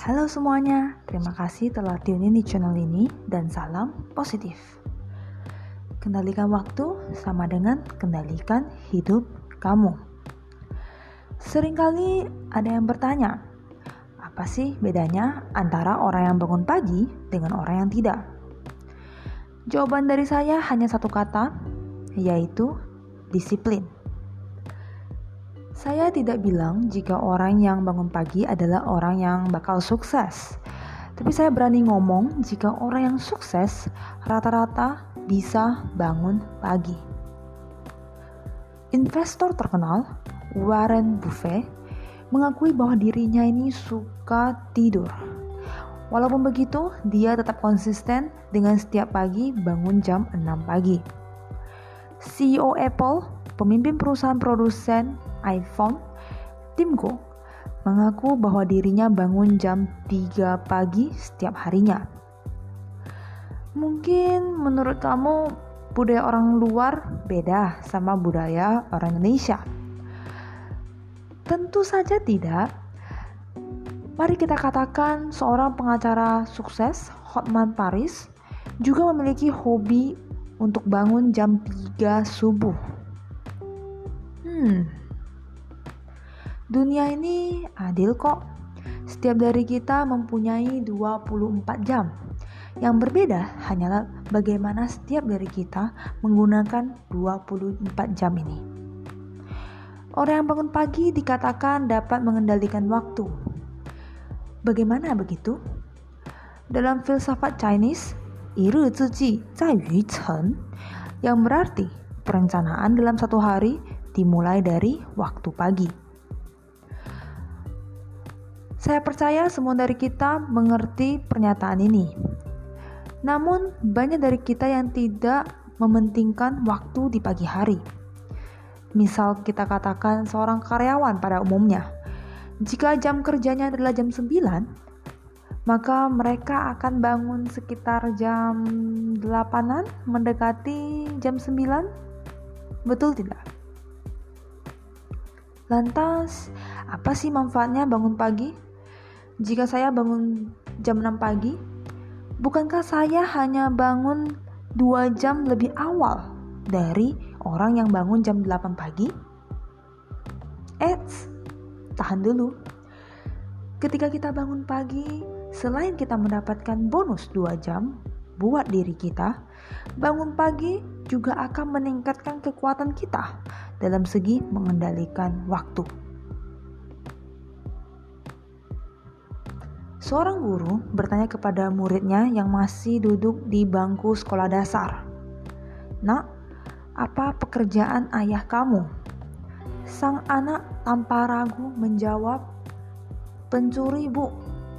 Halo semuanya, terima kasih telah tune in di channel ini dan salam positif. Kendalikan waktu sama dengan kendalikan hidup kamu. Seringkali ada yang bertanya, apa sih bedanya antara orang yang bangun pagi dengan orang yang tidak? Jawaban dari saya hanya satu kata, yaitu disiplin. Saya tidak bilang jika orang yang bangun pagi adalah orang yang bakal sukses. Tapi saya berani ngomong jika orang yang sukses rata-rata bisa bangun pagi. Investor terkenal Warren Buffett mengakui bahwa dirinya ini suka tidur. Walaupun begitu, dia tetap konsisten dengan setiap pagi bangun jam 6 pagi. CEO Apple, pemimpin perusahaan produsen iPhone, Tim Cook, mengaku bahwa dirinya bangun jam 3 pagi setiap harinya. Mungkin menurut kamu budaya orang luar beda sama budaya orang Indonesia. Tentu saja tidak. Mari kita katakan seorang pengacara sukses, Hotman Paris, juga memiliki hobi untuk bangun jam 3 subuh. Dunia ini adil kok. Setiap dari kita mempunyai 24 jam. Yang berbeda hanyalah bagaimana setiap dari kita menggunakan 24 jam ini. Orang yang bangun pagi dikatakan dapat mengendalikan waktu. Bagaimana begitu? Dalam filsafat Chinese, 一日之计在于晨, yang berarti perencanaan dalam satu hari dimulai dari waktu pagi. Saya percaya semua dari kita mengerti pernyataan ini. Namun, banyak dari kita yang tidak mementingkan waktu di pagi hari. Misal kita katakan seorang karyawan pada umumnya. Jika jam kerjanya adalah jam 9, maka mereka akan bangun sekitar jam 8-an mendekati jam 9. Betul tidak? Lantas, apa sih manfaatnya bangun pagi? Jika saya bangun jam 6 pagi, bukankah saya hanya bangun 2 jam lebih awal dari orang yang bangun jam 8 pagi? Tahan dulu. Ketika kita bangun pagi, selain kita mendapatkan bonus 2 jam buat diri kita, bangun pagi juga akan meningkatkan kekuatan kita dalam segi mengendalikan waktu. Seorang guru bertanya kepada muridnya yang masih duduk di bangku sekolah dasar, "Nak, apa pekerjaan ayah kamu?" Sang anak tanpa ragu menjawab, "Pencuri, Bu."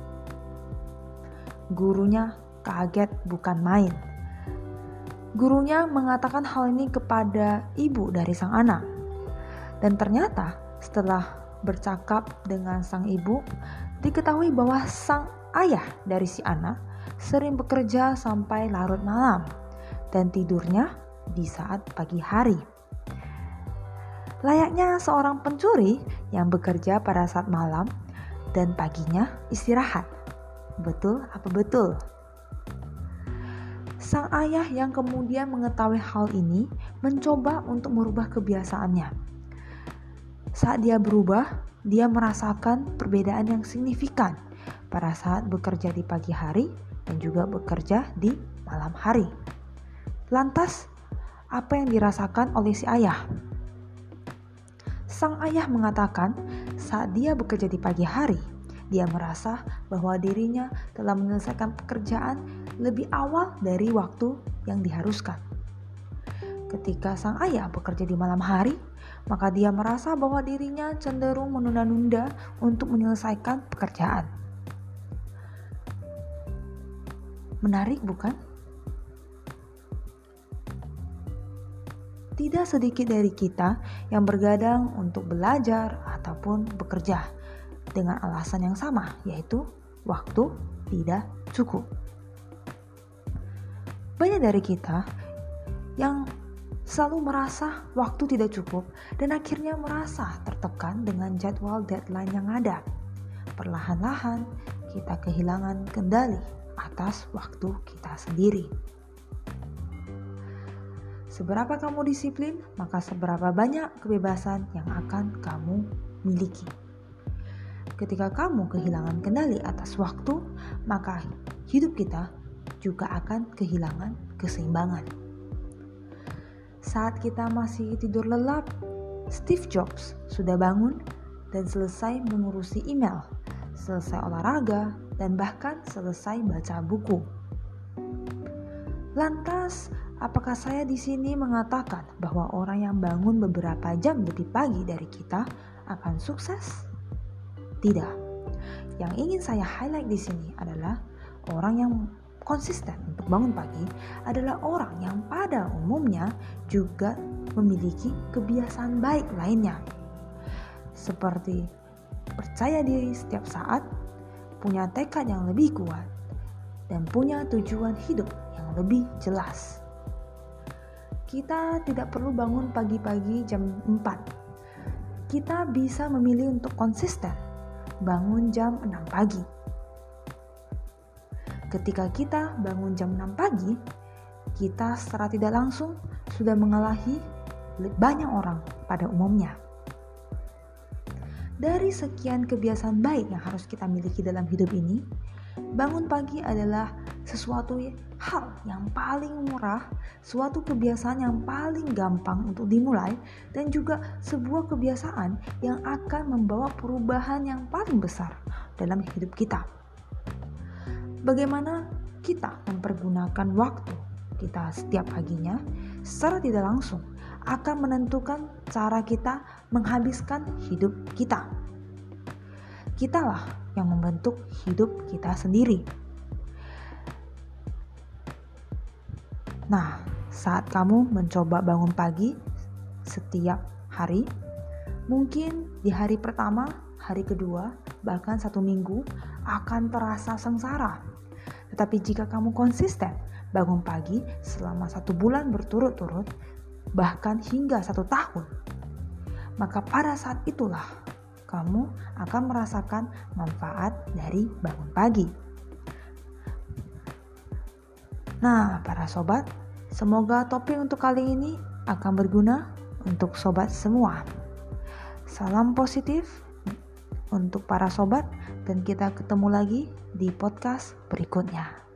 Gurunya kaget bukan main. Gurunya mengatakan hal ini kepada ibu dari sang anak. Dan ternyata setelah bercakap dengan sang ibu, diketahui bahwa sang ayah dari si anak sering bekerja sampai larut malam dan tidurnya di saat pagi hari. Layaknya seorang pencuri yang bekerja pada saat malam dan paginya istirahat. Betul apa betul? Sang ayah yang kemudian mengetahui hal ini mencoba untuk merubah kebiasaannya. Saat dia berubah, dia merasakan perbedaan yang signifikan pada saat bekerja di pagi hari dan juga bekerja di malam hari. Lantas, apa yang dirasakan oleh si ayah? Sang ayah mengatakan saat dia bekerja di pagi hari, dia merasa bahwa dirinya telah menyelesaikan pekerjaan lebih awal dari waktu yang diharuskan. Ketika sang ayah bekerja di malam hari, maka dia merasa bahwa dirinya cenderung menunda-nunda untuk menyelesaikan pekerjaan. Menarik bukan? Tidak sedikit dari kita yang bergadang untuk belajar ataupun bekerja dengan alasan yang sama, yaitu waktu tidak cukup. Banyak dari kita yang selalu merasa waktu tidak cukup dan akhirnya merasa tertekan dengan jadwal deadline yang ada. Perlahan-lahan kita kehilangan kendali atas waktu kita sendiri. Seberapa kamu disiplin, maka seberapa banyak kebebasan yang akan kamu miliki. Ketika kamu kehilangan kendali atas waktu, maka hidup kita juga akan kehilangan keseimbangan. Saat kita masih tidur lelap, Steve Jobs sudah bangun dan selesai mengurusi email, selesai olahraga, dan bahkan selesai baca buku. Lantas, apakah saya di sini mengatakan bahwa orang yang bangun beberapa jam lebih pagi dari kita akan sukses? Tidak. Yang ingin saya highlight di sini adalah orang yang konsisten untuk bangun pagi adalah orang yang pada umumnya juga memiliki kebiasaan baik lainnya. Seperti percaya diri setiap saat, punya tekad yang lebih kuat, dan punya tujuan hidup yang lebih jelas. Kita tidak perlu bangun pagi-pagi jam 4. Kita bisa memilih untuk konsisten bangun jam 6 pagi. Ketika kita bangun jam 6 pagi, kita secara tidak langsung sudah mengalahi banyak orang pada umumnya. Dari sekian kebiasaan baik yang harus kita miliki dalam hidup ini, bangun pagi adalah sesuatu hal yang paling murah, suatu kebiasaan yang paling gampang untuk dimulai, dan juga sebuah kebiasaan yang akan membawa perubahan yang paling besar dalam hidup kita. Bagaimana kita mempergunakan waktu kita setiap paginya secara tidak langsung akan menentukan cara kita menghabiskan hidup kita. Kitalah yang membentuk hidup kita sendiri. Nah, saat kamu mencoba bangun pagi setiap hari, mungkin di hari pertama, hari kedua, bahkan 1 minggu akan terasa sengsara. Tetapi jika kamu konsisten bangun pagi selama 1 bulan berturut-turut, bahkan hingga 1 tahun, maka pada saat itulah kamu akan merasakan manfaat dari bangun pagi. Nah, para sobat, semoga topik untuk kali ini akan berguna untuk sobat semua. Salam positif untuk para sobat, dan kita ketemu lagi di podcast berikutnya.